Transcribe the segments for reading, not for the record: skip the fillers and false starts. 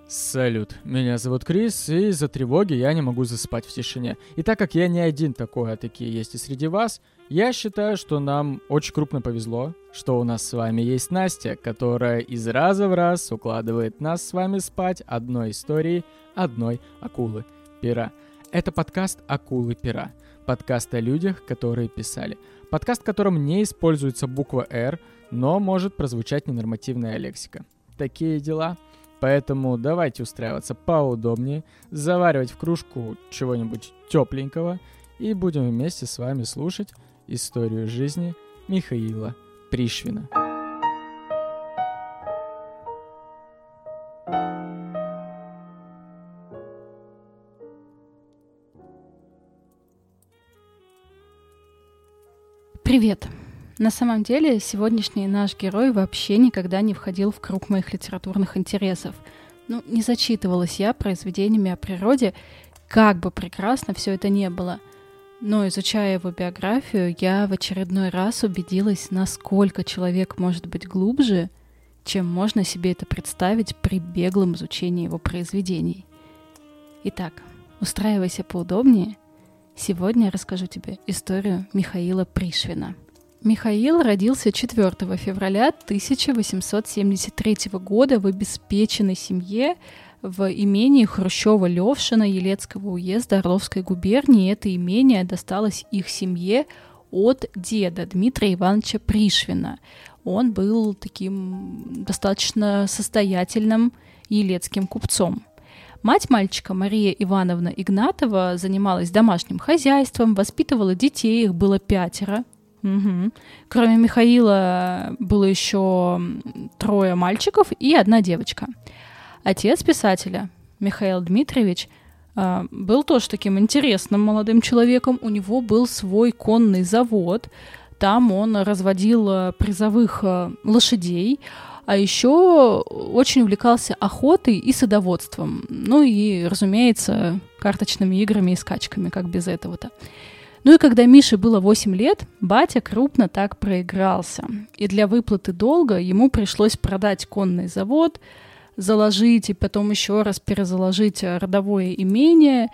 Салют, меня зовут Крис, и из-за тревоги я не могу засыпать в тишине. И так как я не один такой, а такие есть и среди вас, я считаю, что нам очень крупно повезло, что у нас с вами есть Настя, которая из раза в раз укладывает нас с вами спать одной историей одной акулы-пера. Это подкаст «Акулы-пера». Подкаст о людях, которые писали. Подкаст, в котором не используется буква «Р», но может прозвучать ненормативная лексика. Такие дела. Поэтому давайте устраиваться поудобнее, заваривать в кружку чего-нибудь тепленького и будем вместе с вами слушать историю жизни Михаила Пришвина. Привет! На самом деле, сегодняшний наш герой вообще никогда не входил в круг моих литературных интересов. Не зачитывалась я произведениями о природе, как бы прекрасно все это не было. Но, изучая его биографию, я в очередной раз убедилась, насколько человек может быть глубже, чем можно себе это представить при беглом изучении его произведений. Итак, устраивайся поудобнее. Сегодня я расскажу тебе историю Михаила Пришвина. Михаил родился 4 февраля 1873 года в обеспеченной семье в имении Хрущева-Левшина Елецкого уезда Орловской губернии. Это имение досталось их семье от деда Дмитрия Ивановича Пришвина. Он был таким достаточно состоятельным елецким купцом. Мать мальчика, Мария Ивановна Игнатова, занималась домашним хозяйством, воспитывала детей, их было 5. Угу. Кроме Михаила было еще 3 мальчиков и 1 девочка. Отец писателя, Михаил Дмитриевич, был тоже таким интересным молодым человеком. У него был свой конный завод. Там он разводил призовых лошадей, а еще очень увлекался охотой и садоводством. И, разумеется, карточными играми и скачками, как без этого-то. И когда Мише было 8 лет, батя крупно так проигрался. И для выплаты долга ему пришлось продать конный завод, заложить и потом еще раз перезаложить родовое имение.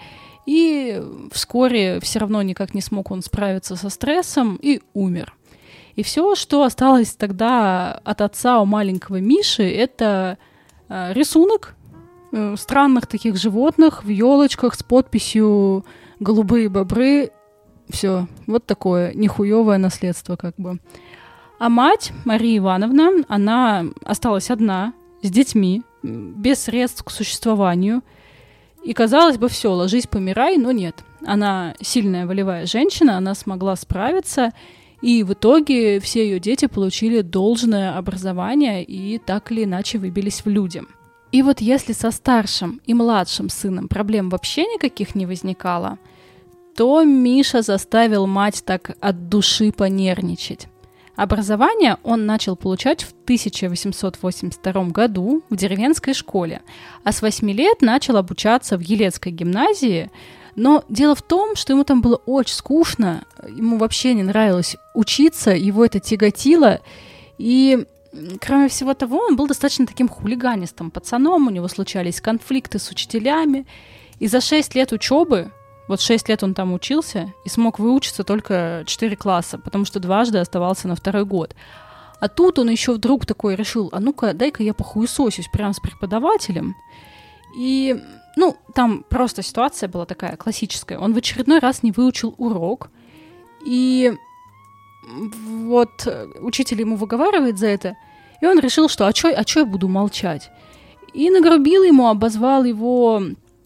И вскоре все равно никак не смог он справиться со стрессом и умер. И все, что осталось тогда от отца у маленького Миши, это рисунок странных таких животных в елочках с подписью «Голубые бобры». Все, вот такое нихуевое наследство как бы. А мать, Мария Ивановна, она осталась одна, с детьми, без средств к существованию. И, казалось бы, все, ложись, помирай, но нет. Она сильная волевая женщина, она смогла справиться, и в итоге все ее дети получили должное образование и так или иначе выбились в люди. И вот если со старшим и младшим сыном проблем вообще никаких не возникало, то Миша заставил мать так от души понервничать. Образование он начал получать в 1882 году в деревенской школе, а с 8 лет начал обучаться в Елецкой гимназии. Но дело в том, что ему там было очень скучно, ему вообще не нравилось учиться, его это тяготило, и, кроме всего того, он был достаточно таким хулиганистым пацаном, у него случались конфликты с учителями, и за 6 лет учебы, вот 6 лет он там учился и смог выучиться только 4 класса, потому что дважды оставался на 2-й год. А тут он еще вдруг такой решил, а ну-ка, дай-ка я похуесосюсь прямо с преподавателем. И, там просто ситуация была такая классическая. Он в очередной раз не выучил урок, и вот учитель ему выговаривает за это, и он решил, что а чё я буду молчать? И нагрубил ему, обозвал его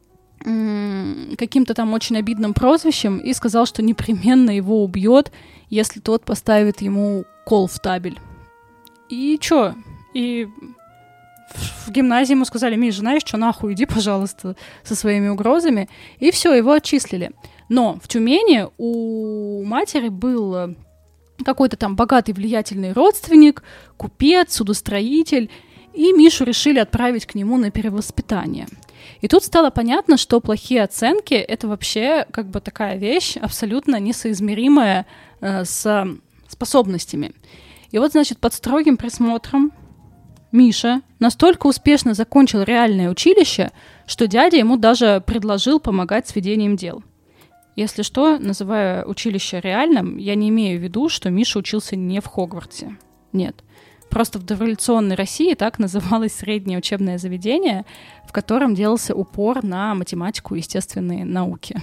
каким-то там очень обидным прозвищем и сказал, что непременно его убьет, если тот поставит ему кол в табель. И чё? И в гимназии ему сказали: Миш, знаешь что, нахуй, иди, пожалуйста, со своими угрозами. И все, его отчислили. Но в Тюмени у матери был какой-то там богатый, влиятельный родственник, купец, судостроитель, и Мишу решили отправить к нему на перевоспитание. И тут стало понятно, что плохие оценки — это вообще как бы такая вещь абсолютно несоизмеримая с способностями. И вот, значит, под строгим присмотром Миша настолько успешно закончил реальное училище, что дядя ему даже предложил помогать с ведением дел. Если что, называя училище реальным, я не имею в виду, что Миша учился не в Хогвартсе. Нет. Просто в дореволюционной России так называлось среднее учебное заведение, в котором делался упор на математику и естественные науки.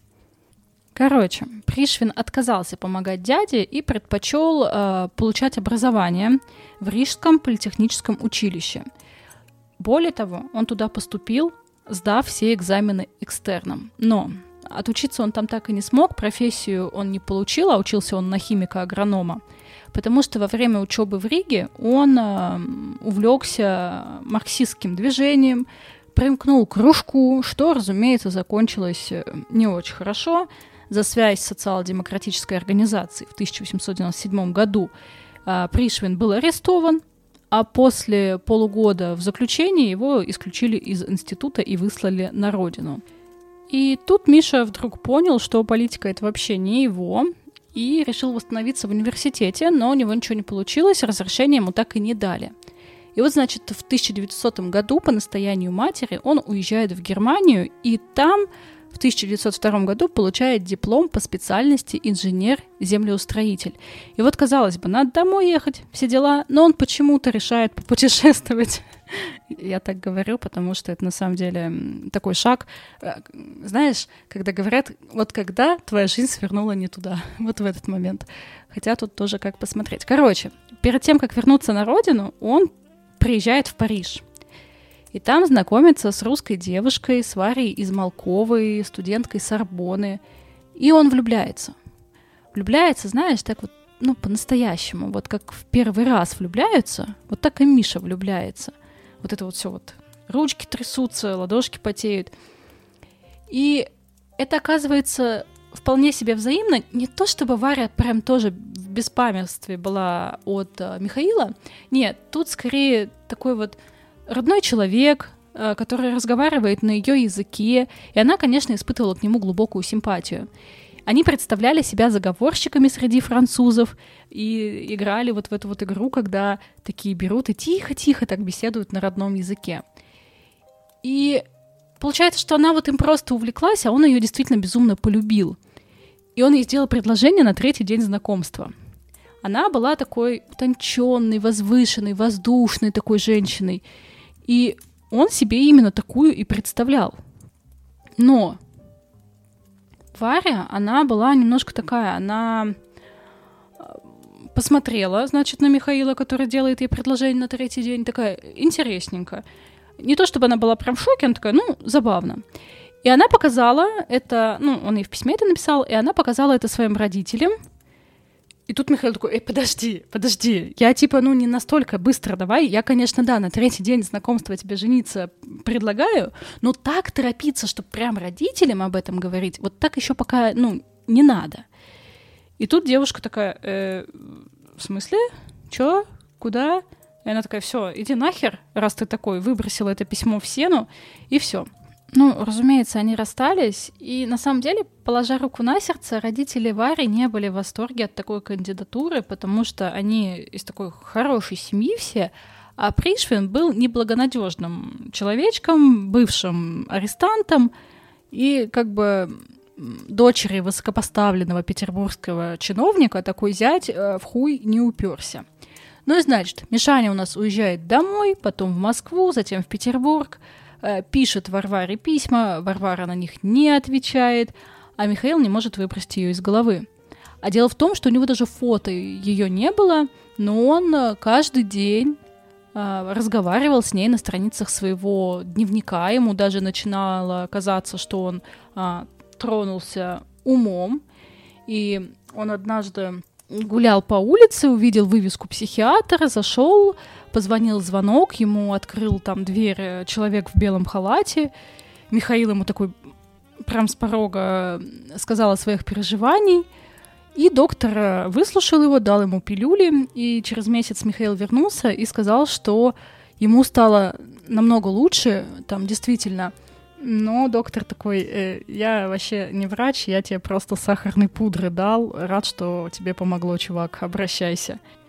Короче, Пришвин отказался помогать дяде и предпочел получать образование в Рижском политехническом училище. Более того, он туда поступил, сдав все экзамены экстерном. Но отучиться он там так и не смог, профессию он не получил, а учился он на химика-агронома, потому что во время учебы в Риге он увлекся марксистским движением, примкнул к кружку, что, разумеется, закончилось не очень хорошо. За связь с социал-демократической организацией в 1897 году Пришвин был арестован, а после полугода в заключении его исключили из института и выслали на родину. И тут Миша вдруг понял, что политика — это вообще не его, и решил восстановиться в университете, но у него ничего не получилось, разрешения ему так и не дали. И вот, значит, в 1900 году по настоянию матери он уезжает в Германию, и там в 1902 году получает диплом по специальности инженер-землеустроитель. И вот, казалось бы, надо домой ехать, все дела, но он почему-то решает попутешествовать. Я так говорю, потому что это на самом деле такой шаг. Знаешь, когда говорят, вот когда твоя жизнь свернула не туда, вот в этот момент. Хотя тут тоже как посмотреть. Короче, перед тем, как вернуться на родину, он приезжает в Париж. И там знакомится с русской девушкой, с Варей Измалковой, студенткой Сорбонны. И он влюбляется. Влюбляется, знаешь, так вот, ну, по-настоящему. Вот как в первый раз влюбляются, вот так и Миша влюбляется. Вот это вот все вот. Ручки трясутся, ладошки потеют. И это оказывается вполне себе взаимно. Не то, чтобы Варя прям тоже в беспамятстве была от Михаила. Нет, тут скорее такой вот родной человек, который разговаривает на ее языке, и она, конечно, испытывала к нему глубокую симпатию. Они представляли себя заговорщиками среди французов и играли вот в эту вот игру, когда такие берут и тихо-тихо так беседуют на родном языке. И получается, что она вот им просто увлеклась, а он ее действительно безумно полюбил. И он ей сделал предложение на 3-й день знакомства. Она была такой утонченной, возвышенной, воздушной такой женщиной. И он себе именно такую и представлял. Но Варя, она была немножко такая, она посмотрела, значит, на Михаила, который делает ей предложение на 3-й день, такая интересненькая. Не то чтобы она была прям в шоке, она такая, ну, забавно. И она показала это, ну, он ей в письме это написал, и она показала это своим родителям. И тут Михаил такой, подожди, я типа, ну, не настолько быстро давай. Я, конечно, да, на 3-й день знакомства тебе жениться предлагаю, но так торопиться, чтобы прям родителям об этом говорить, вот так еще пока, ну, не надо. И тут девушка такая, в смысле? Чё? Куда? И она такая, все, иди нахер, раз ты такой, выбросила это письмо в сену, и все. Ну, разумеется, они расстались, и на самом деле, положа руку на сердце, родители Вари не были в восторге от такой кандидатуры, потому что они из такой хорошей семьи все, а Пришвин был неблагонадежным человечком, бывшим арестантом, и как бы дочери высокопоставленного петербургского чиновника такой зять в хуй не уперся. Ну и значит, Мишаня у нас уезжает домой, потом в Москву, затем в Петербург, пишет Варваре письма, Варвара на них не отвечает, а Михаил не может выбросить ее из головы. А дело в том, что у него даже фото ее не было, но он каждый день разговаривал с ней на страницах своего дневника. Ему даже начинало казаться, что он тронулся умом. И он однажды гулял по улице, увидел вывеску психиатра, зашел, позвонил звонок, ему открыл там дверь человек в белом халате. Михаил ему такой прям с порога сказал о своих переживаниях. И доктор выслушал его, дал ему пилюли, и через месяц Михаил вернулся и сказал, что ему стало намного лучше, там действительно. Но доктор такой, я вообще не врач, я тебе просто сахарной пудры дал, рад, что тебе помогло, чувак, обращайся.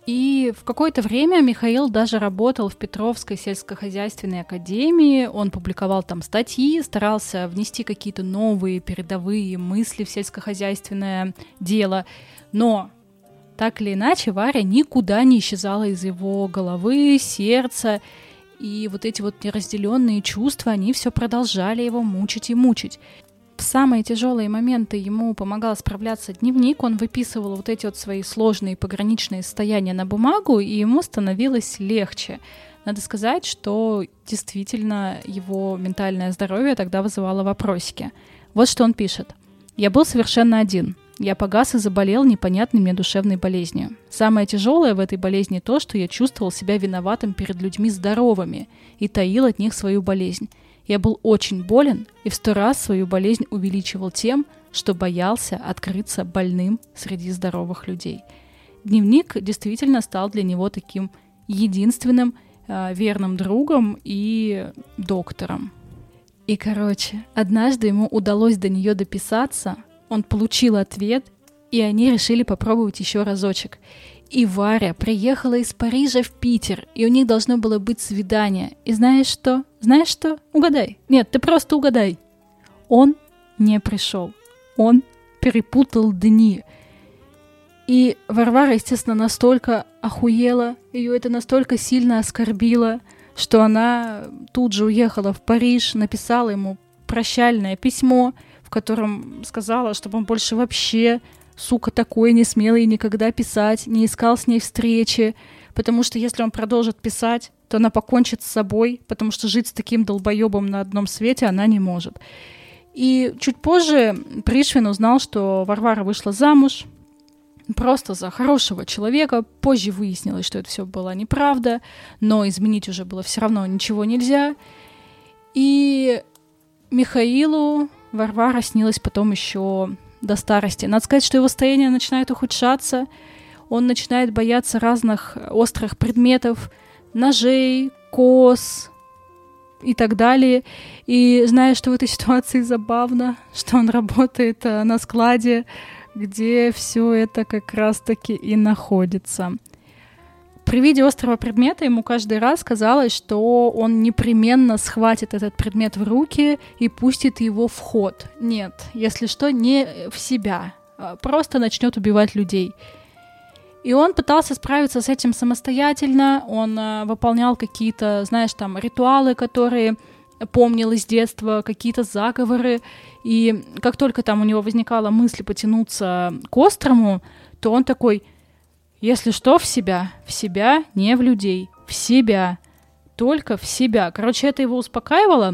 И в какое-то время Михаил даже работал в Петровской сельскохозяйственной академии, он публиковал там статьи, старался внести какие-то новые передовые мысли в сельскохозяйственное дело, но так или иначе Варя никуда не исчезала из его головы, сердца, и вот эти вот неразделенные чувства, они все продолжали его мучить и мучить. В самые тяжелые моменты ему помогал справляться дневник, он выписывал вот эти вот свои сложные пограничные состояния на бумагу, и ему становилось легче. Надо сказать, что действительно его ментальное здоровье тогда вызывало вопросики. Вот что он пишет. «Я был совершенно один. Я погас и заболел непонятной мне душевной болезнью. Самое тяжелое в этой болезни то, что я чувствовал себя виноватым перед людьми здоровыми и таил от них свою болезнь. Я был очень болен и в 100 раз свою болезнь увеличивал тем, что боялся открыться больным среди здоровых людей». Дневник действительно стал для него таким единственным верным другом и доктором. И, однажды ему удалось до нее дописаться, он получил ответ, и они решили попробовать еще разочек. И Варя приехала из Парижа в Питер, и у них должно было быть свидание. И знаешь что? Знаешь что? Угадай. Нет, ты просто угадай. Он не пришел. Он перепутал дни. И Варвара, естественно, настолько охуела, ее это настолько сильно оскорбило, что она тут же уехала в Париж, написала ему прощальное письмо, в котором сказала, чтобы он больше вообще, сука, такой не смел ей никогда писать, не искал с ней встречи, потому что если он продолжит писать, то она покончит с собой, потому что жить с таким долбоебом на одном свете она не может. И чуть позже Пришвин узнал, что Варвара вышла замуж просто за хорошего человека. Позже выяснилось, что это все была неправда, но изменить уже было все равно ничего нельзя. И Михаилу Варвара снилась потом еще до старости. Надо сказать, что его состояние начинает ухудшаться, он начинает бояться разных острых предметов, ножей, кос и так далее. И зная, что в этой ситуации забавно, что он работает на складе, где все это как раз-таки и находится. При виде острого предмета ему каждый раз казалось, что он непременно схватит этот предмет в руки и пустит его в ход. Нет, если что, не в себя, просто начнет убивать людей. И он пытался справиться с этим самостоятельно, он выполнял какие-то, ритуалы, которые помнил из детства, какие-то заговоры, и как только там у него возникала мысль потянуться к острому, то он такой: если что, в себя, не в людей, в себя, только в себя. Это его успокаивало,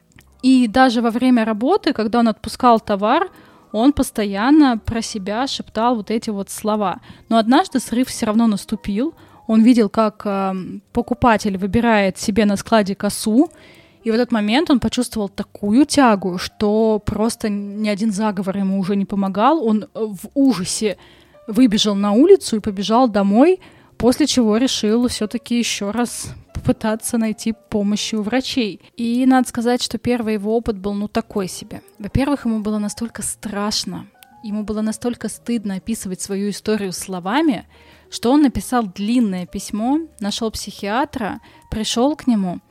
и даже во время работы, когда он отпускал товар, он постоянно про себя шептал вот эти вот слова. Но однажды срыв все равно наступил, он видел, как покупатель выбирает себе на складе косу, и в этот момент он почувствовал такую тягу, что просто ни один заговор ему уже не помогал. Он в ужасе выбежал на улицу и побежал домой, после чего решил все-таки еще раз попытаться найти помощи у врачей. И надо сказать, что первый его опыт был такой себе. Во-первых, ему было настолько страшно, ему было настолько стыдно описывать свою историю словами, что он написал длинное письмо, нашел психиатра, пришел к нему.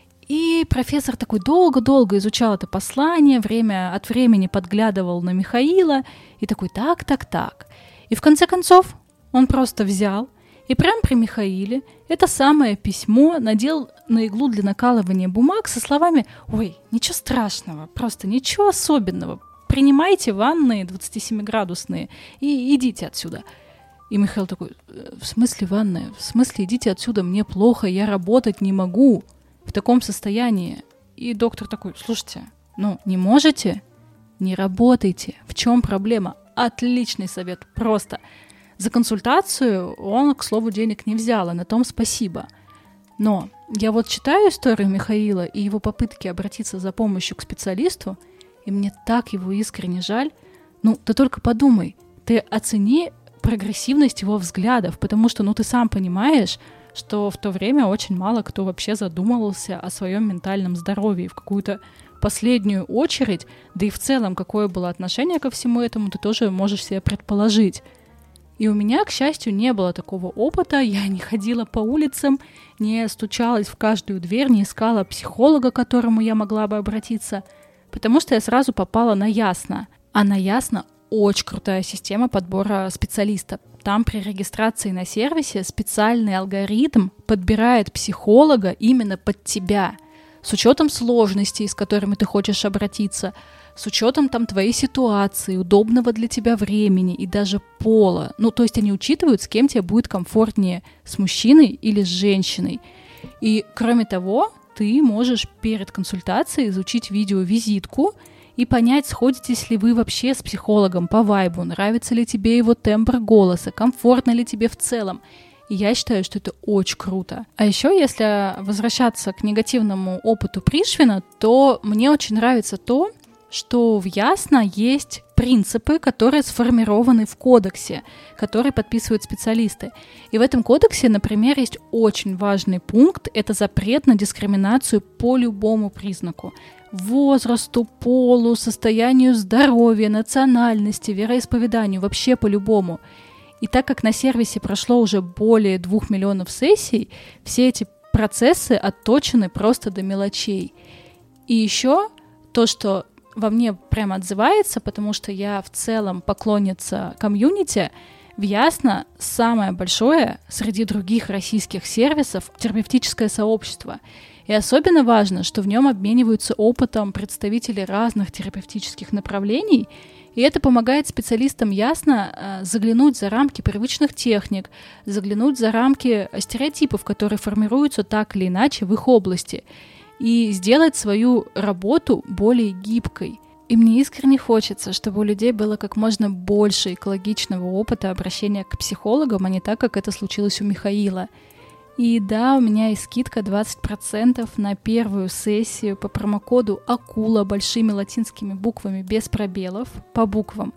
И профессор такой долго-долго изучал это послание, время от времени подглядывал на Михаила и такой: так. И в конце концов он просто взял и прямо при Михаиле это самое письмо надел на иглу для накалывания бумаг со словами: «Ой, ничего страшного, просто ничего особенного, принимайте ванны 27-градусные и идите отсюда». И Михаил такой: в смысле ванны? В смысле идите отсюда, мне плохо, я работать не могу в таком состоянии. И доктор такой: слушайте, не можете? Не работайте. В чем проблема? Отличный совет, просто. За консультацию он, к слову, денег не взял, и на том спасибо. Но я читаю историю Михаила и его попытки обратиться за помощью к специалисту, и мне так его искренне жаль. Ты только подумай, ты оцени прогрессивность его взглядов, потому что, ты сам понимаешь, что в то время очень мало кто вообще задумывался о своем ментальном здоровье в какую-то последнюю очередь, да и в целом, какое было отношение ко всему этому, ты тоже можешь себе предположить. И у меня, к счастью, не было такого опыта. Я не ходила по улицам, не стучалась в каждую дверь, не искала психолога, к которому я могла бы обратиться, потому что я сразу попала на Ясно. А на Ясно очень крутая система подбора специалистов. Там при регистрации на сервисе специальный алгоритм подбирает психолога именно под тебя, с учетом сложностей, с которыми ты хочешь обратиться, с учетом там твоей ситуации, удобного для тебя времени и даже пола. Ну, то есть они учитывают, с кем тебе будет комфортнее, с мужчиной или с женщиной. И, кроме того, ты можешь перед консультацией изучить видеовизитку и понять, сходитесь ли вы вообще с психологом по вайбу, нравится ли тебе его тембр голоса, комфортно ли тебе в целом. И я считаю, что это очень круто. А еще, если возвращаться к негативному опыту Пришвина, то мне очень нравится то, что в Ясно есть принципы, которые сформированы в кодексе, которые подписывают специалисты. И в этом кодексе, например, есть очень важный пункт – это запрет на дискриминацию по любому признаку. Возрасту, полу, состоянию здоровья, национальности, вероисповеданию, вообще по-любому. И так как на сервисе прошло уже более 2 миллионов сессий, все эти процессы отточены просто до мелочей. И еще то, что во мне прямо отзывается, потому что я в целом поклонница комьюнити, в Ясно самое большое среди других российских сервисов терапевтическое сообщество. И особенно важно, что в нем обмениваются опытом представители разных терапевтических направлений, и это помогает специалистам Ясно заглянуть за рамки привычных техник, заглянуть за рамки стереотипов, которые формируются так или иначе в их области, и сделать свою работу более гибкой. И мне искренне хочется, чтобы у людей было как можно больше экологичного опыта обращения к психологам, а не так, как это случилось у Михаила. И да, у меня есть скидка 20% на первую сессию по промокоду АКУЛА большими латинскими буквами без пробелов по буквам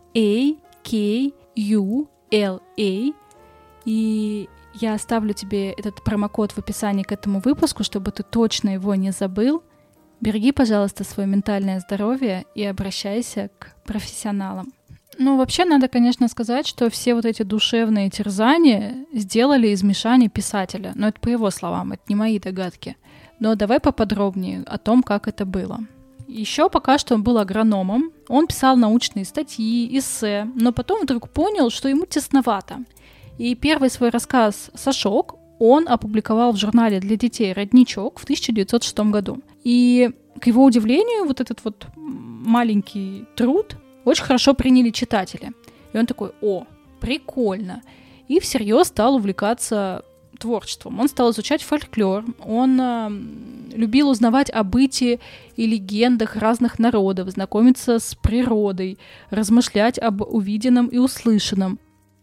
AKULA. И я оставлю тебе этот промокод в описании к этому выпуску, чтобы ты точно его не забыл. Береги, пожалуйста, свое ментальное здоровье и обращайся к профессионалам. Ну, вообще, надо, конечно, сказать, что все вот эти душевные терзания сделали из Мишани писателя. Но это по его словам, это не мои догадки. Но давай поподробнее о том, как это было. Еще пока что он был агрономом, он писал научные статьи, эссе, но потом вдруг понял, что ему тесновато. И первый свой рассказ «Сашок» он опубликовал в журнале для детей «Родничок» в 1906 году. И, к его удивлению, вот этот вот маленький труд очень хорошо приняли читатели. И он такой: «О, прикольно!» И всерьез стал увлекаться творчеством. Он стал изучать фольклор, он любил узнавать о бытии и легендах разных народов, знакомиться с природой, размышлять об увиденном и услышанном.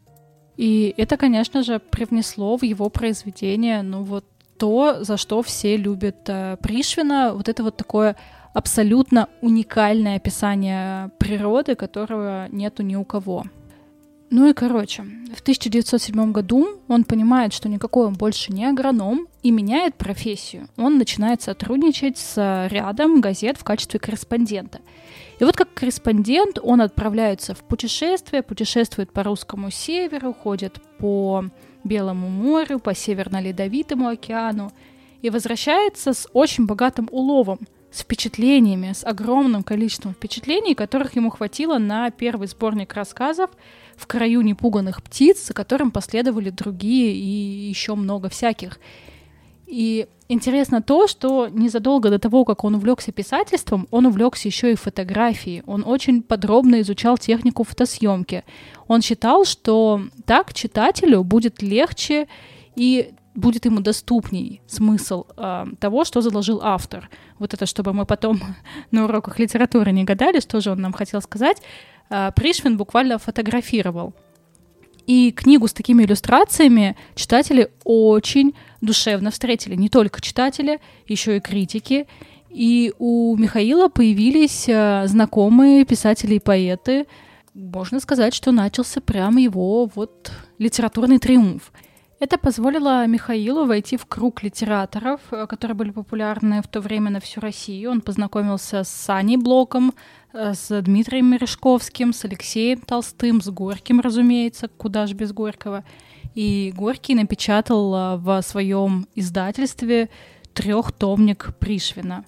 И это, конечно же, привнесло в его произведение, ну вот то, за что все любят Пришвина, вот это вот такое абсолютно уникальное описание природы, которого нету ни у кого. Ну и, короче, в 1907 году он понимает, что никакой он больше не агроном, и меняет профессию. Он начинает сотрудничать с рядом газет в качестве корреспондента. И вот как корреспондент он отправляется в путешествие, путешествует по русскому северу, ходит по Белому морю, по Северно-Ледовитому океану и возвращается с очень богатым уловом, с впечатлениями, с огромным количеством впечатлений, которых ему хватило на первый сборник рассказов «В краю непуганых птиц», за которым последовали другие и еще много всяких. И интересно то, что незадолго до того, как он увлекся писательством, он увлекся еще и фотографией. Он очень подробно изучал технику фотосъемки. Он считал, что так читателю будет легче и будет ему доступней смысл того, что заложил автор. Вот это, чтобы мы потом на уроках литературы не гадали, что же он нам хотел сказать. Пришвин буквально фотографировал. И книгу с такими иллюстрациями читатели очень душевно встретили. Не только читатели, еще и критики. И у Михаила появились знакомые писатели и поэты. Можно сказать, что начался прям его вот литературный триумф. Это позволило Михаилу войти в круг литераторов, которые были популярны в то время на всю Россию. Он познакомился с Саней Блоком, с Дмитрием Мережковским, с Алексеем Толстым, с Горьким, разумеется, куда же без Горького. И Горький напечатал в своем издательстве 3-томник Пришвина.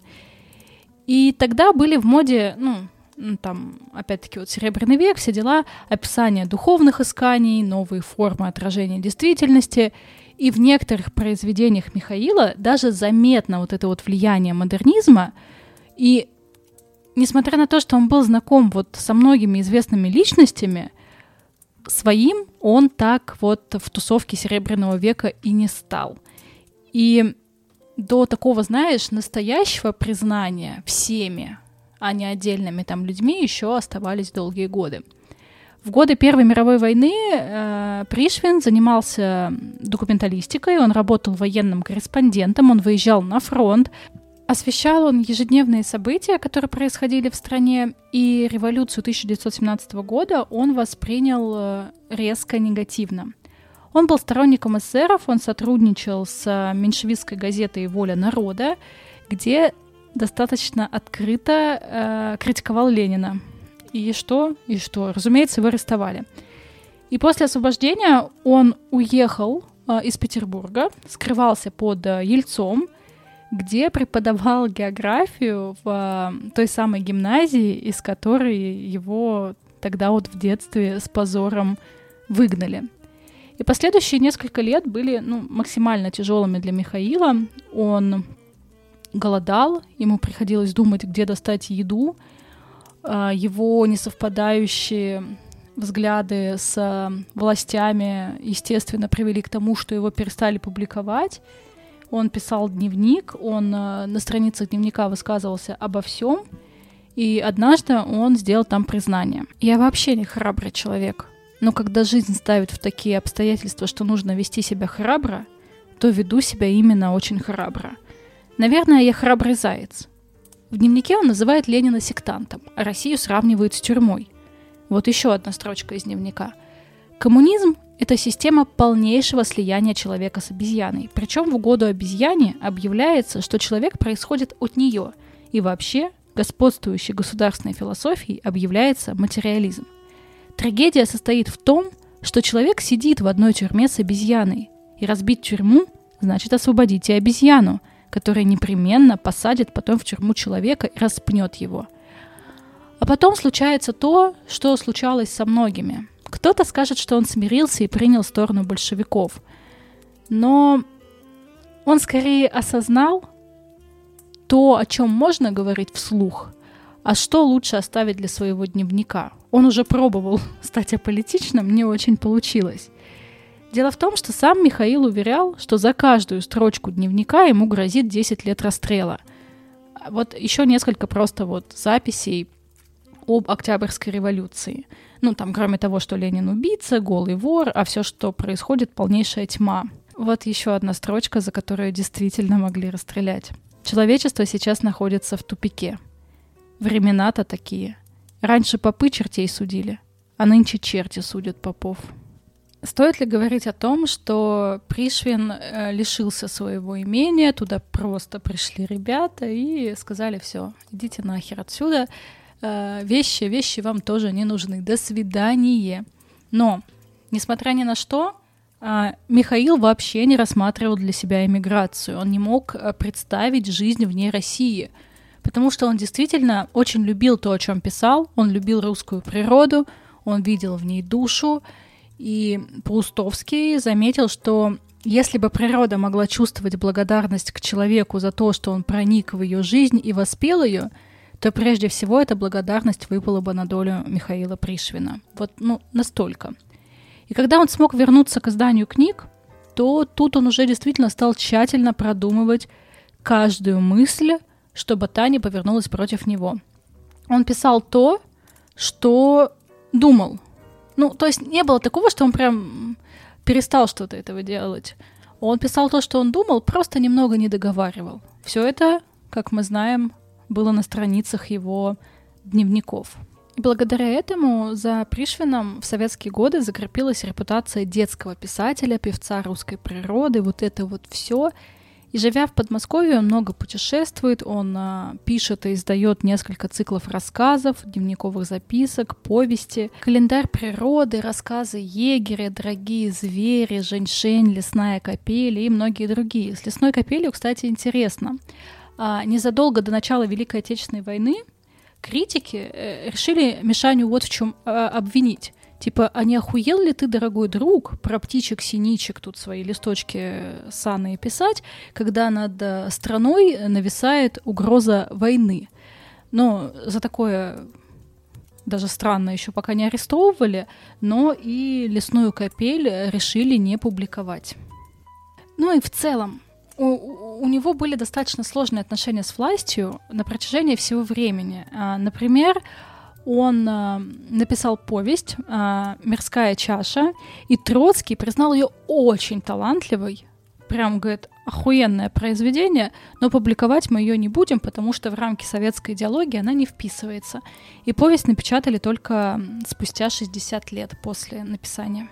И тогда были в моде, там, опять-таки, вот Серебряный век, все дела, описание духовных исканий, новые формы отражения действительности. И в некоторых произведениях Михаила даже заметно вот это вот влияние модернизма. И несмотря на то, что он был знаком вот со многими известными личностями, своим он так вот в тусовке Серебряного века и не стал. И до такого, знаешь, настоящего признания всеми, а не отдельными там людьми, еще оставались долгие годы. В годы Первой мировой войны Пришвин занимался документалистикой, он работал военным корреспондентом, он выезжал на фронт, освещал он ежедневные события, которые происходили в стране, и революцию 1917 года он воспринял резко негативно. Он был сторонником эсеров, он сотрудничал с меньшевистской газетой «Воля народа», где достаточно открыто критиковал Ленина. И что? Разумеется, его арестовали. И после освобождения он уехал из Петербурга, скрывался под Ельцом, где преподавал географию в той самой гимназии, из которой его тогда вот в детстве с позором выгнали. И последующие несколько лет были максимально тяжелыми для Михаила. Он голодал, ему приходилось думать, где достать еду. Его несовпадающие взгляды с властями, естественно, привели к тому, что его перестали публиковать. Он писал дневник, он на страницах дневника высказывался обо всем, и однажды он сделал там признание. «Я вообще не храбрый человек, но когда жизнь ставит в такие обстоятельства, что нужно вести себя храбро, то веду себя именно очень храбро. Наверное, я храбрый заяц». В дневнике он называет Ленина сектантом, а Россию сравнивает с тюрьмой. Вот еще одна строчка из дневника. «Коммунизм – это система полнейшего слияния человека с обезьяной. Причем в угоду обезьяне объявляется, что человек происходит от нее. И вообще, господствующей государственной философией объявляется материализм. Трагедия состоит в том, что человек сидит в одной тюрьме с обезьяной. И разбить тюрьму – значит освободить и обезьяну, которая непременно посадит потом в тюрьму человека и распнет его. А потом случается то, что случалось со многими. Кто-то скажет, что он смирился и принял сторону большевиков. Но он скорее осознал то, о чем можно говорить вслух, а что лучше оставить для своего дневника. Он уже пробовал стать аполитичным, не очень получилось. Дело в том, что сам Михаил уверял, что за каждую строчку дневника ему грозит 10 лет расстрела. Вот еще несколько просто записей об Октябрьской революции. Там, кроме того, что Ленин убийца, голый вор, а все, что происходит, полнейшая тьма. Вот еще одна строчка, за которую действительно могли расстрелять. Человечество сейчас находится в тупике. Времена-то такие. Раньше попы чертей судили, а нынче черти судят попов. Стоит ли говорить о том, что Пришвин лишился своего имения, туда просто пришли ребята и сказали: все, идите нахер отсюда, вещи вам тоже не нужны, до свидания. Но, несмотря ни на что, Михаил вообще не рассматривал для себя эмиграцию, он не мог представить жизнь вне России, потому что он действительно очень любил то, о чем писал, он любил русскую природу, он видел в ней душу. И Паустовский заметил, что если бы природа могла чувствовать благодарность к человеку за то, что он проник в ее жизнь и воспел ее, то прежде всего эта благодарность выпала бы на долю Михаила Пришвина. Настолько. И когда он смог вернуться к изданию книг, то тут он уже действительно стал тщательно продумывать каждую мысль, чтобы та не повернулась против него. Он писал то, что думал. То есть не было такого, что он прям перестал что-то этого делать. Он писал то, что он думал, просто немного не договаривал. Все это, как мы знаем, было на страницах его дневников. И благодаря этому за Пришвином в советские годы закрепилась репутация детского писателя, певца русской природы, вот это вот все. И живя в Подмосковье, он много путешествует, он пишет и издает несколько циклов рассказов, дневниковых записок, повести, календарь природы, рассказы егеря, дорогие звери, Женьшень, лесная капель и многие другие. С лесной капелью, кстати, интересно. Незадолго до начала Великой Отечественной войны критики решили Мишаню вот в чем обвинить. Типа, а не охуел ли ты, дорогой друг, про птичек-синичек тут свои листочки санные писать, когда над страной нависает угроза войны? Но за такое даже странно еще пока не арестовывали, но и «Лесную капель» решили не публиковать. Ну и в целом, у него были достаточно сложные отношения с властью на протяжении всего времени. Например, он написал повесть «Мирская чаша», и Троцкий признал ее очень талантливой. Прям, говорит, охуенное произведение, но публиковать мы ее не будем, потому что в рамки советской идеологии она не вписывается. И повесть напечатали только спустя 60 лет после написания.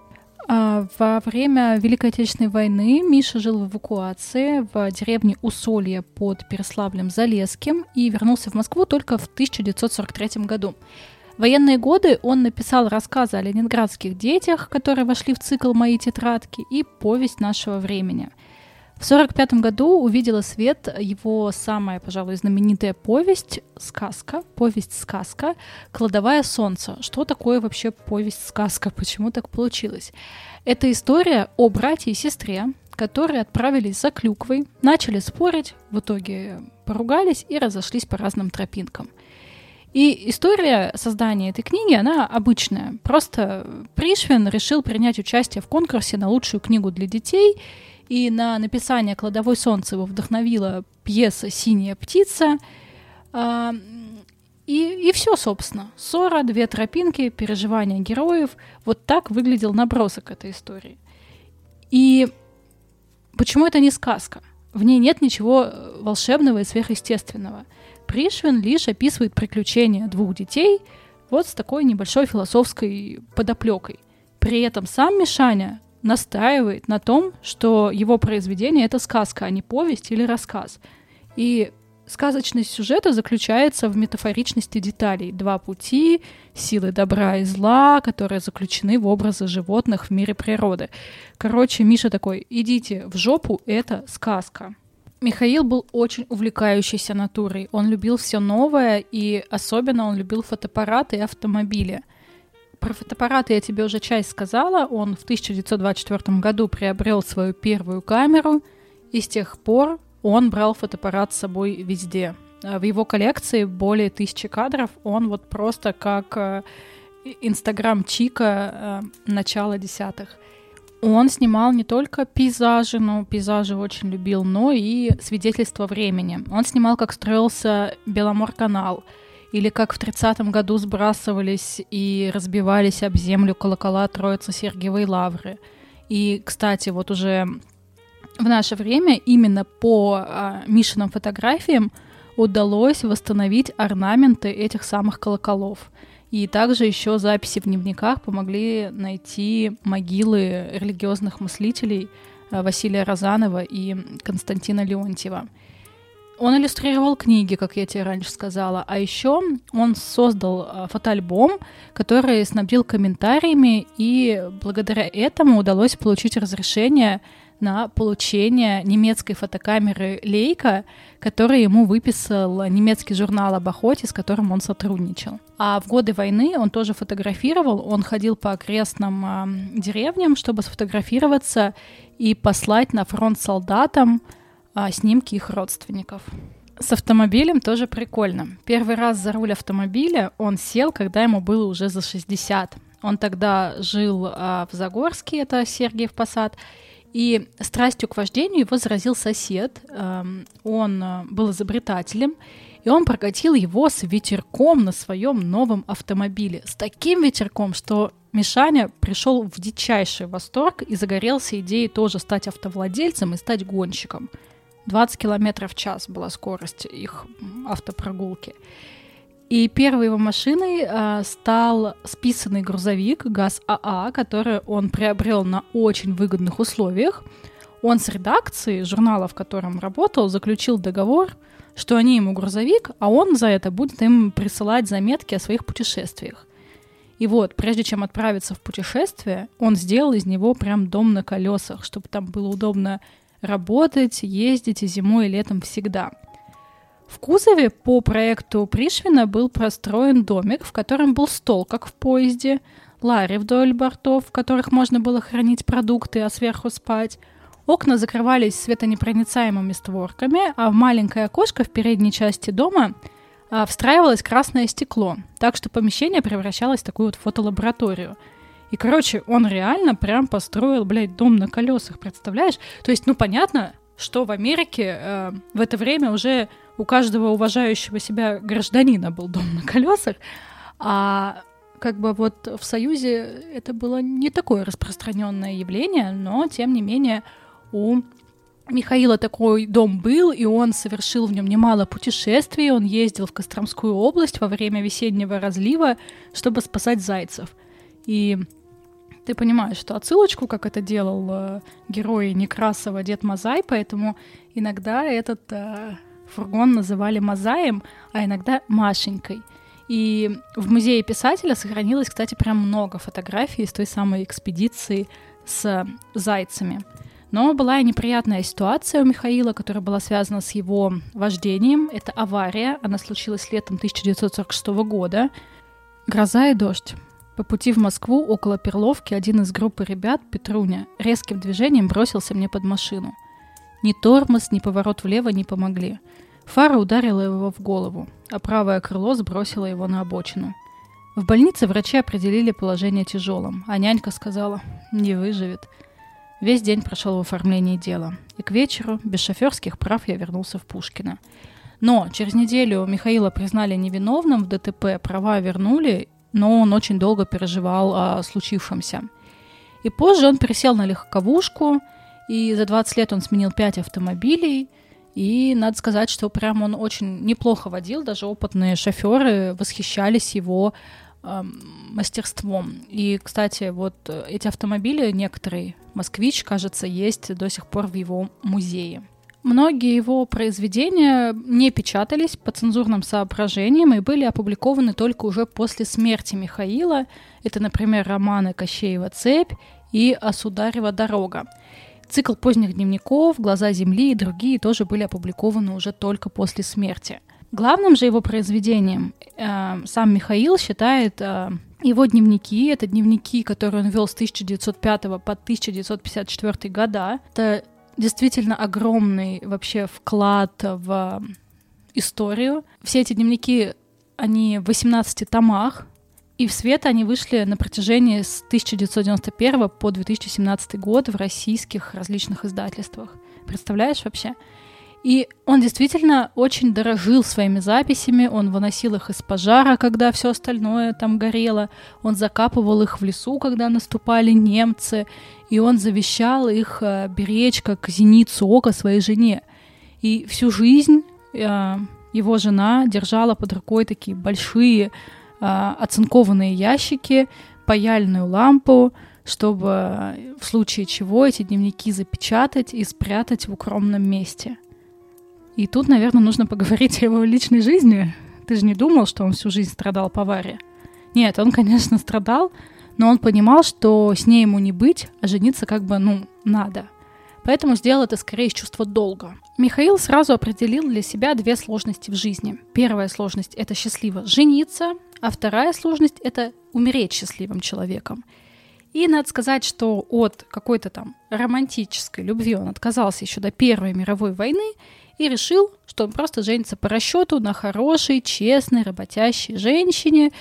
Во время Великой Отечественной войны Миша жил в эвакуации в деревне Усолье под Переславлем-Залесским и вернулся в Москву только в 1943 году. В военные годы он написал рассказы о ленинградских детях, которые вошли в цикл «Мои тетрадки», и повесть нашего времени. В 1945 году увидела свет его самая, пожалуй, знаменитая повесть-сказка «Кладовая солнца». Что такое вообще повесть-сказка? Почему так получилось? Это история о брате и сестре, которые отправились за клюквой, начали спорить, в итоге поругались и разошлись по разным тропинкам. И история создания этой книги, она обычная. Просто Пришвин решил принять участие в конкурсе на лучшую книгу для детей, и на написание «Кладовой солнца» его вдохновила пьеса «Синяя птица». И все, собственно. Ссора, две тропинки, переживания героев. Вот так выглядел набросок этой истории. И почему это не сказка? В ней нет ничего волшебного и сверхъестественного. Пришвин лишь описывает приключения двух детей вот с такой небольшой философской подоплекой. При этом сам Мишаня настаивает на том, что его произведение — это сказка, а не повесть или рассказ. И сказочность сюжета заключается в метафоричности деталей. Два пути, силы добра и зла, которые заключены в образы животных в мире природы. Короче, Миша такой: идите в жопу, это сказка. Михаил был очень увлекающейся натурой. Он любил все новое, и особенно он любил фотоаппараты и автомобили. Про фотоаппараты я тебе уже часть сказала. Он в 1924 году приобрел свою первую камеру, и с тех пор он брал фотоаппарат с собой везде. В его коллекции более 1000 кадров. Он вот просто как Инстаграм Чика начала десятых. Он снимал не только пейзажи, но пейзажи очень любил, но и свидетельства времени. Он снимал, как строился Беломорканал, или как в 30-м году сбрасывались и разбивались об землю колокола Троице-Сергиевой лавры. И, кстати, вот уже в наше время именно по Мишиным фотографиям удалось восстановить орнаменты этих самых колоколов. И также еще записи в дневниках помогли найти могилы религиозных мыслителей Василия Розанова и Константина Леонтьева. Он иллюстрировал книги, как я тебе раньше сказала, а еще он создал фотоальбом, который снабдил комментариями, и благодаря этому удалось получить разрешение на получение немецкой фотокамеры Leica, которую ему выписал немецкий журнал об охоте, с которым он сотрудничал. А в годы войны он тоже фотографировал, он ходил по окрестным деревням, чтобы сфотографироваться и послать на фронт солдатам снимки их родственников. С автомобилем тоже прикольно. Первый раз за руль автомобиля он сел, когда ему было уже за 60. Он тогда жил в Загорске, это Сергиев Посад, и страстью к вождению его заразил сосед. Он был изобретателем, и он прокатил его с ветерком на своем новом автомобиле. С таким ветерком, что Мишаня пришел в дичайший восторг и загорелся идеей тоже стать автовладельцем и стать гонщиком. 20 км в час была скорость их автопрогулки. И первой его машиной стал списанный грузовик ГАЗ-АА, который он приобрел на очень выгодных условиях. Он с редакцией журнала, в котором работал, заключил договор, что они ему грузовик, а он за это будет им присылать заметки о своих путешествиях. И вот, прежде чем отправиться в путешествие, он сделал из него прям дом на колесах, чтобы там было удобно работать, ездить и зимой, и летом всегда. В кузове по проекту Пришвина был простроен домик, в котором был стол, как в поезде, лари вдоль бортов, в которых можно было хранить продукты, а сверху спать. Окна закрывались светонепроницаемыми створками, а в маленькое окошко в передней части дома встраивалось красное стекло, так что помещение превращалось в такую вот фотолабораторию. И, короче, он реально прям построил, дом на колесах, представляешь? То есть, понятно, что в Америке в это время уже у каждого уважающего себя гражданина был дом на колесах, а вот в Союзе это было не такое распространенное явление, но, тем не менее, у Михаила такой дом был, и он совершил в нем немало путешествий, он ездил в Костромскую область во время весеннего разлива, чтобы спасать зайцев. И ты понимаешь, что отсылочку, как это делал герой Некрасова Дед Мазай, поэтому иногда этот фургон называли Мазаем, а иногда Машенькой. И в музее писателя сохранилось, кстати, прям много фотографий из той самой экспедиции с зайцами. Но была и неприятная ситуация у Михаила, которая была связана с его вождением. Это авария, она случилась летом 1946 года. Гроза и дождь. По пути в Москву около Перловки один из группы ребят, Петруня, резким движением бросился мне под машину. Ни тормоз, ни поворот влево не помогли. Фара ударила его в голову, а правое крыло сбросило его на обочину. В больнице врачи определили положение тяжелым, а нянька сказала «не выживет». Весь день прошел в оформлении дела, и к вечеру, без шоферских прав, я вернулся в Пушкино. Но через неделю Михаила признали невиновным в ДТП, права вернули, но он очень долго переживал о случившемся. И позже он пересел на легковушку, и за 20 лет он сменил 5 автомобилей, и надо сказать, что прям он очень неплохо водил, даже опытные шоферы восхищались его мастерством. И, кстати, вот эти автомобили, некоторые, «Москвич», кажется, есть до сих пор в его музее. Многие его произведения не печатались по цензурным соображениям и были опубликованы только уже после смерти Михаила. Это, например, романы «Кощеева цепь» и «Осударева дорога». Цикл поздних дневников, «Глаза земли» и другие тоже были опубликованы уже только после смерти. Главным же его произведением сам Михаил считает его дневники. Это дневники, которые он вел с 1905 по 1954 года. Это действительно огромный вообще вклад в историю. Все эти дневники, они в 18 томах, и в свет они вышли на протяжении с 1991 по 2017 год в российских различных издательствах. Представляешь вообще? И он действительно очень дорожил своими записями, он выносил их из пожара, когда все остальное там горело, он закапывал их в лесу, когда наступали немцы, и он завещал их беречь как зеницу ока своей жене. И всю жизнь его жена держала под рукой такие большие оцинкованные ящики, паяльную лампу, чтобы в случае чего эти дневники запечатать и спрятать в укромном месте. И тут, наверное, нужно поговорить о его личной жизни. Ты же не думал, что он всю жизнь страдал по аварии? Нет, он, конечно, страдал, но он понимал, что с ней ему не быть, а жениться надо. Поэтому сделал это скорее из чувства долга. Михаил сразу определил для себя 2 сложности в жизни. Первая сложность — это счастливо жениться, а вторая сложность — это умереть счастливым человеком. И надо сказать, что от какой-то там романтической любви он отказался еще до Первой мировой войны и решил, что он просто женится по расчету на хорошей, честной, работящей женщине,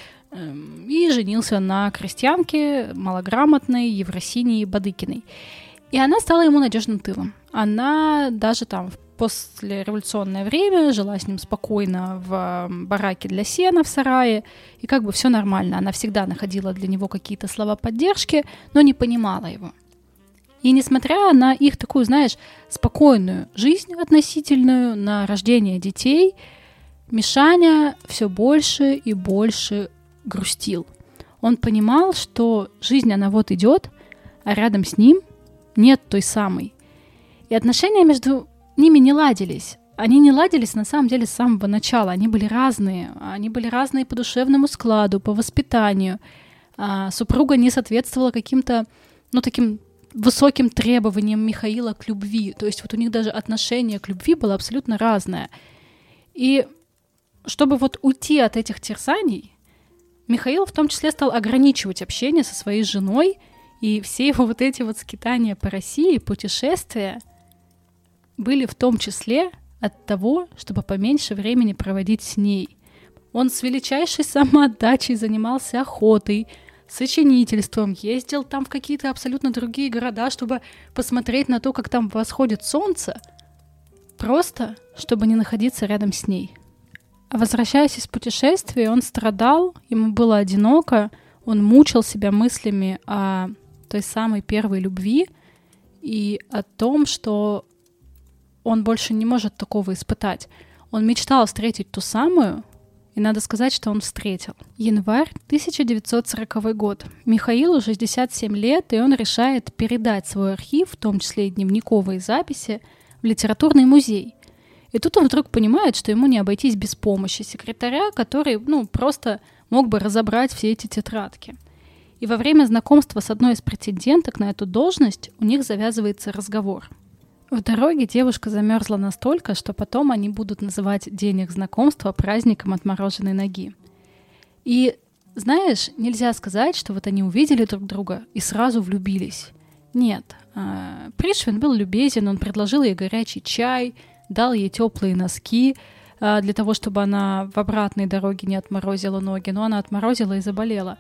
и женился на крестьянке, малограмотной Евросинии Бадыкиной. И она стала ему надежным тылом. Она даже там в послереволюционное время жила с ним спокойно в бараке для сена в сарае, и все нормально. Она всегда находила для него какие-то слова поддержки, но не понимала его. И несмотря на их такую, спокойную жизнь относительную, на рождение детей, Мишаня все больше и больше грустил. Он понимал, что жизнь, она вот идет, а рядом с ним нет той самой. И отношения между ними не ладились. Они не ладились на самом деле с самого начала. Они были разные. Они были разные по душевному складу, по воспитанию. Супруга не соответствовала каким-то, таким высоким требованиям Михаила к любви. То есть вот у них даже отношение к любви было абсолютно разное. И чтобы вот уйти от этих терзаний, Михаил в том числе стал ограничивать общение со своей женой, и все его вот эти вот скитания по России, путешествия были в том числе от того, чтобы поменьше времени проводить с ней. Он с величайшей самоотдачей занимался охотой, сочинительством, ездил там в какие-то абсолютно другие города, чтобы посмотреть на то, как там восходит солнце, просто чтобы не находиться рядом с ней. А возвращаясь из путешествия, он страдал, ему было одиноко, он мучил себя мыслями о той самой первой любви и о том, что он больше не может такого испытать. Он мечтал встретить ту самую, и надо сказать, что он встретил. Январь 1940 год. Михаилу 67 лет, и он решает передать свой архив, в том числе и дневниковые записи, в литературный музей. И тут он вдруг понимает, что ему не обойтись без помощи секретаря, который, просто мог бы разобрать все эти тетрадки. И во время знакомства с одной из претенденток на эту должность у них завязывается разговор. В дороге девушка замерзла настолько, что потом они будут называть день их знакомства праздником отмороженной ноги. И, знаешь, нельзя сказать, что вот они увидели друг друга и сразу влюбились. Нет, Пришвин был любезен, он предложил ей горячий чай, дал ей теплые носки для того, чтобы она в обратной дороге не отморозила ноги, но она отморозила и заболела.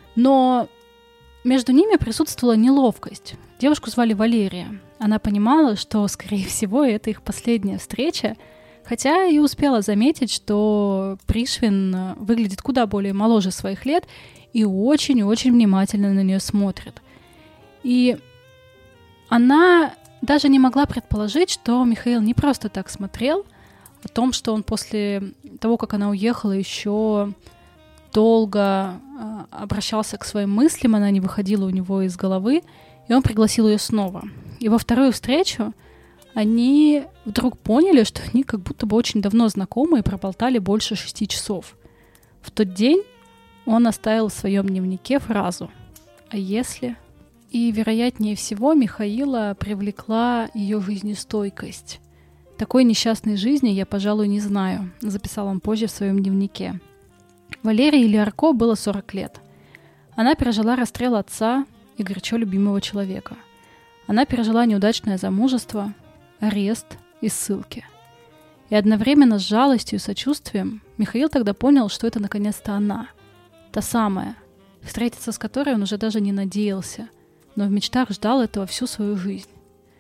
Но между ними присутствовала неловкость. Девушку звали Валерия. Она понимала, что, скорее всего, это их последняя встреча, хотя и успела заметить, что Пришвин выглядит куда более моложе своих лет и очень-очень внимательно на нее смотрит. И она даже не могла предположить, что Михаил не просто так смотрел, о том, что он после того, как она уехала, еще долго обращался к своим мыслям, она не выходила у него из головы, и он пригласил ее снова. И во вторую встречу они вдруг поняли, что они как будто бы очень давно знакомы и проболтали больше 6 часов. В тот день он оставил в своем дневнике фразу «А если?». И, вероятнее всего, Михаила привлекла ее жизнестойкость. «Такой несчастной жизни я, пожалуй, не знаю», — записал он позже в своем дневнике. Валерии Лиарко было 40 лет. Она пережила расстрел отца и горячо любимого человека. Она пережила неудачное замужество, арест и ссылки. И одновременно с жалостью и сочувствием Михаил тогда понял, что это наконец-то она, та самая, встретиться с которой он уже даже не надеялся, но в мечтах ждал этого всю свою жизнь.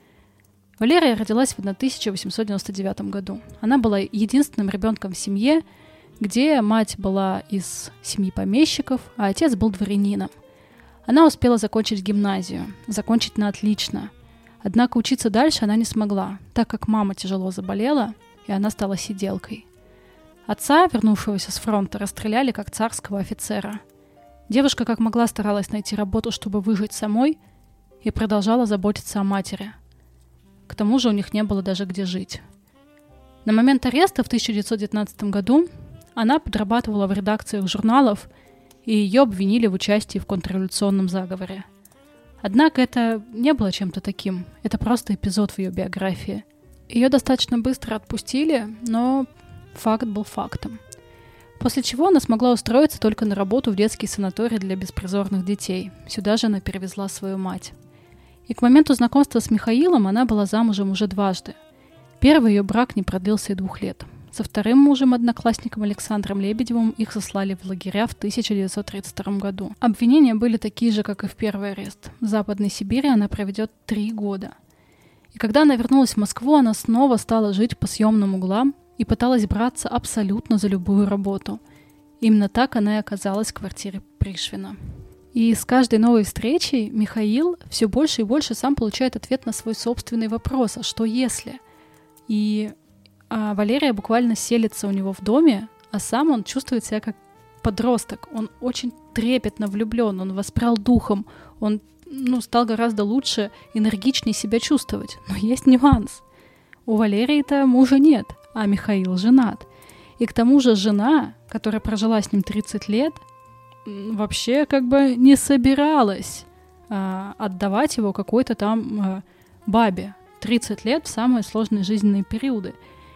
Валерия родилась в 1899 году. Она была единственным ребенком в семье, где мать была из семьи помещиков, а отец был дворянином. Она успела закончить гимназию, закончить на отлично. Однако учиться дальше она не смогла, так как мама тяжело заболела, и она стала сиделкой. Отца, вернувшегося с фронта, расстреляли как царского офицера. Девушка как могла старалась найти работу, чтобы выжить самой, и продолжала заботиться о матери. К тому же у них не было даже где жить. На момент ареста в 1919 году она подрабатывала в редакциях журналов, и ее обвинили в участии в контрреволюционном заговоре. Однако это не было чем-то таким, это просто эпизод в ее биографии. Ее достаточно быстро отпустили, но факт был фактом. После чего она смогла устроиться только на работу в детский санаторий для беспризорных детей. Сюда же она перевезла свою мать. И к моменту знакомства с Михаилом она была замужем уже дважды. Первый ее брак не продлился и 2 лет. Со вторым мужем, одноклассником Александром Лебедевым, их сослали в лагеря в 1932 году. Обвинения были такие же, как и в первый арест. В Западной Сибири она проведет 3 года. И когда она вернулась в Москву, она снова стала жить по съемным углам и пыталась браться абсолютно за любую работу. Именно так она и оказалась в квартире Пришвина. И с каждой новой встречей Михаил все больше и больше сам получает ответ на свой собственный вопрос: а что если? И А Валерия буквально селится у него в доме, а сам он чувствует себя как подросток. Он очень трепетно влюблен, он воспрял духом, он стал гораздо лучше, энергичнее себя чувствовать. Но есть нюанс. У Валерии-то мужа нет, а Михаил женат. И к тому же жена, которая прожила с ним 30 лет, вообще как бы не собиралась отдавать его какой-то там бабе. 30 лет в самые сложные жизненные периоды.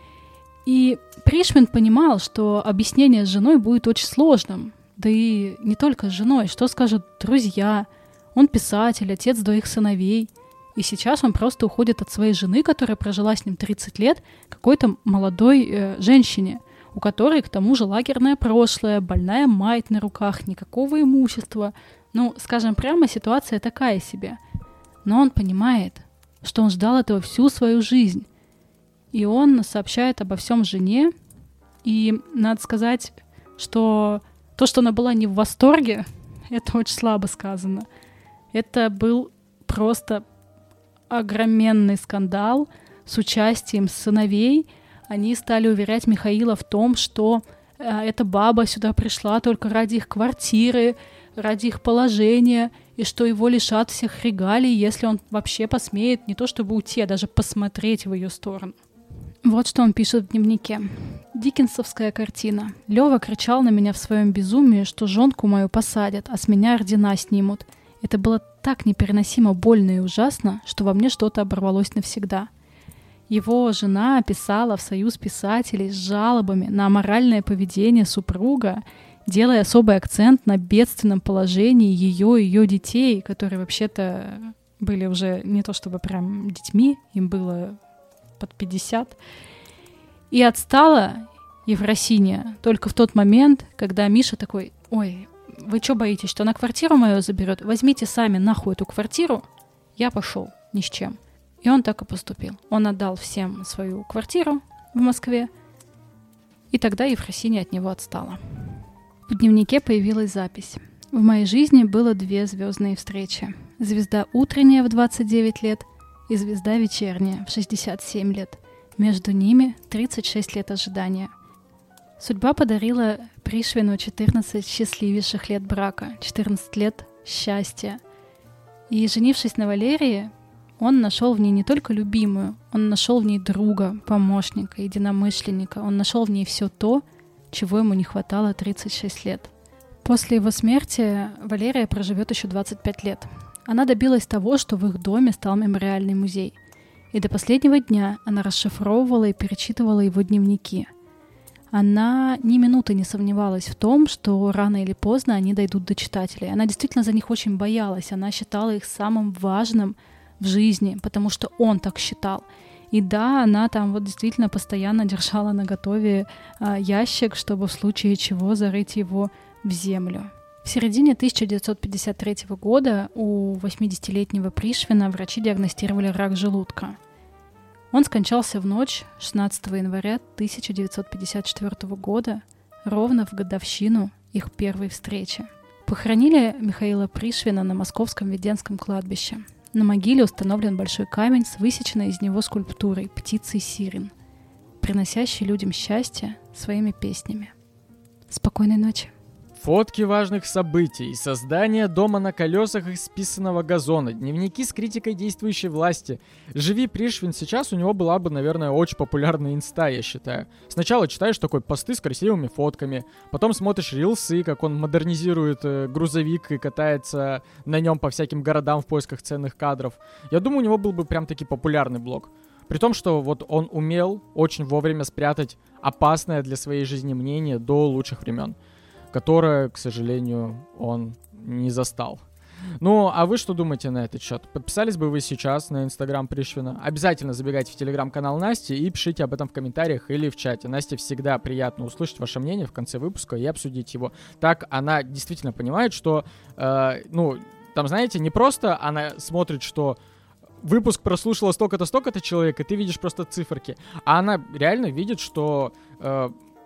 И Пришвин понимал, что объяснение с женой будет очень сложным. Да и не только с женой. Что скажут друзья? Он писатель, отец двоих сыновей. И сейчас он просто уходит от своей жены, которая прожила с ним 30 лет, какой-то молодой женщине, у которой, к тому же, лагерное прошлое, больная мать на руках, никакого имущества. Скажем прямо, ситуация такая себе. Но он понимает, что он ждал этого всю свою жизнь. И он сообщает обо всем жене. И надо сказать, что то, что она была не в восторге, это очень слабо сказано. Это был просто огроменный скандал с участием сыновей. Они стали уверять Михаила в том, что эта баба сюда пришла только ради их квартиры, ради их положения, и что его лишат всех регалий, если он вообще посмеет не то чтобы уйти, а даже посмотреть в ее сторону. Вот что он пишет в дневнике. Диккенсовская картина. Лёва кричал на меня в своем безумии, что жонку мою посадят, а с меня ордена снимут. Это было так непереносимо больно и ужасно, что во мне что-то оборвалось навсегда. Его жена писала в Союз писателей с жалобами на аморальное поведение супруга, делая особый акцент на бедственном положении ее и ее детей, которые вообще-то были уже не то чтобы прям детьми, им было под 50. И отстала Ефросинья только в тот момент, когда Миша такой: «Ой, вы что боитесь, что она квартиру мою заберет? Возьмите сами нахуй эту квартиру, я пошел ни с чем». И он так и поступил. Он отдал всем свою квартиру в Москве, и тогда Ефросинья от него отстала. В дневнике появилась запись. В моей жизни было 2 звездные встречи. Звезда утренняя в 29 лет и звезда вечерняя в 67 лет. Между ними 36 лет ожидания. Судьба подарила Пришвину 14 счастливейших лет брака, 14 лет счастья. И, женившись на Валерии, он нашел в ней не только любимую, он нашел в ней друга, помощника, единомышленника. Он нашел в ней все то, чего ему не хватало 36 лет. После его смерти Валерия проживет еще 25 лет. Она добилась того, что в их доме стал мемориальный музей. И до последнего дня она расшифровывала и перечитывала его дневники. Она ни минуты не сомневалась в том, что рано или поздно они дойдут до читателей. Она действительно за них очень боялась. Она считала их самым важным в жизни, потому что он так считал. И да, она там вот действительно постоянно держала наготове ящик, чтобы в случае чего зарыть его в землю. В середине 1953 года у 80-летнего Пришвина врачи диагностировали рак желудка. Он скончался в ночь 16 января 1954 года, ровно в годовщину их первой встречи. Похоронили Михаила Пришвина на Московском Веденском кладбище. На могиле установлен большой камень с высеченной из него скульптурой птицей сирен, приносящей людям счастье своими песнями. Спокойной ночи. Фотки важных событий, создание дома на колесах из списанного газона, дневники с критикой действующей власти. Живи Пришвин сейчас, у него была бы, наверное, очень популярная инста, я считаю. Сначала читаешь такой посты с красивыми фотками, потом смотришь рилсы, как он модернизирует грузовик и катается на нем по всяким городам в поисках ценных кадров. Я думаю, у него был бы прям таки популярный блог. При том, что вот он умел очень вовремя спрятать опасное для своей жизни мнение до лучших времен, которое, к сожалению, он не застал. Ну, а вы что думаете на этот счет? Подписались бы вы сейчас на Инстаграм Пришвина? Обязательно забегайте в Телеграм-канал Насти и пишите об этом в комментариях или в чате. Насте всегда приятно услышать ваше мнение в конце выпуска и обсудить его. Так она действительно понимает, что, там, знаете, не просто она смотрит, что выпуск прослушало столько-то человек, и ты видишь просто циферки, а она реально видит, что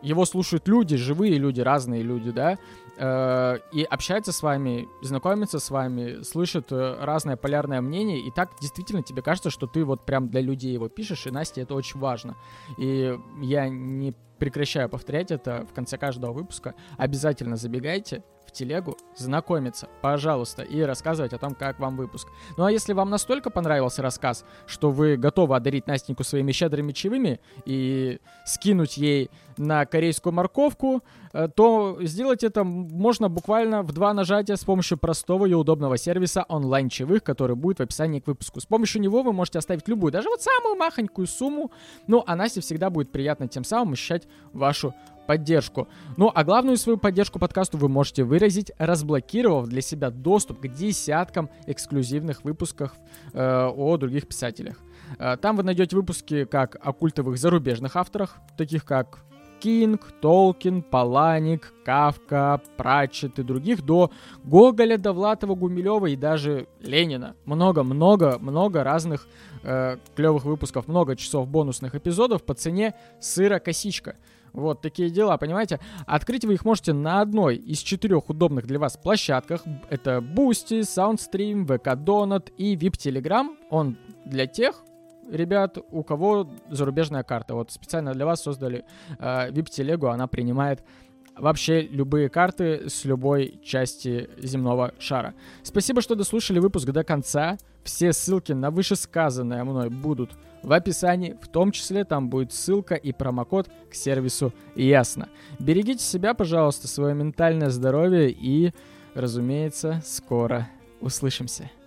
его слушают люди, живые люди, разные люди, да, и общаются с вами, знакомятся с вами, слышат разное полярное мнение, и так действительно тебе кажется, что ты вот прям для людей его пишешь, и Насте это очень важно. И я не прекращаю повторять это в конце каждого выпуска. Обязательно забегайте в телегу, знакомиться, пожалуйста, и рассказывать о том, как вам выпуск. Ну а если вам настолько понравился рассказ, что вы готовы одарить Настеньку своими щедрыми чаевыми и скинуть ей на корейскую морковку, то сделать это можно буквально в 2 нажатия с помощью простого и удобного сервиса онлайн-чаевых, который будет в описании к выпуску. С помощью него вы можете оставить любую, даже вот самую махонькую сумму, ну а Насте всегда будет приятно тем самым ощущать вашу поддержку. Ну, а главную свою поддержку подкасту вы можете выразить, разблокировав для себя доступ к десяткам эксклюзивных выпусков о других писателях. Там вы найдете выпуски как о культовых зарубежных авторах, таких как Кинг, Толкин, Паланик, Кафка, Пратчетт и других, до Гоголя, Довлатова, Гумилева и даже Ленина. Много разных клевых выпусков, много часов бонусных эпизодов по цене сыра-косичка. Вот такие дела, понимаете? Открыть вы их можете на одной из 4 удобных для вас площадках. Это Boosty, Soundstream, VK Donut и VIP Telegram. Он для тех ребят, у кого зарубежная карта. Вот специально для вас создали VIP-телегу, она принимает вообще любые карты с любой части земного шара. Спасибо, что дослушали выпуск до конца. Все ссылки на вышесказанное мной будут в описании, в том числе там будет ссылка и промокод к сервису Ясно. Берегите себя, пожалуйста, свое ментальное здоровье и, разумеется, скоро услышимся.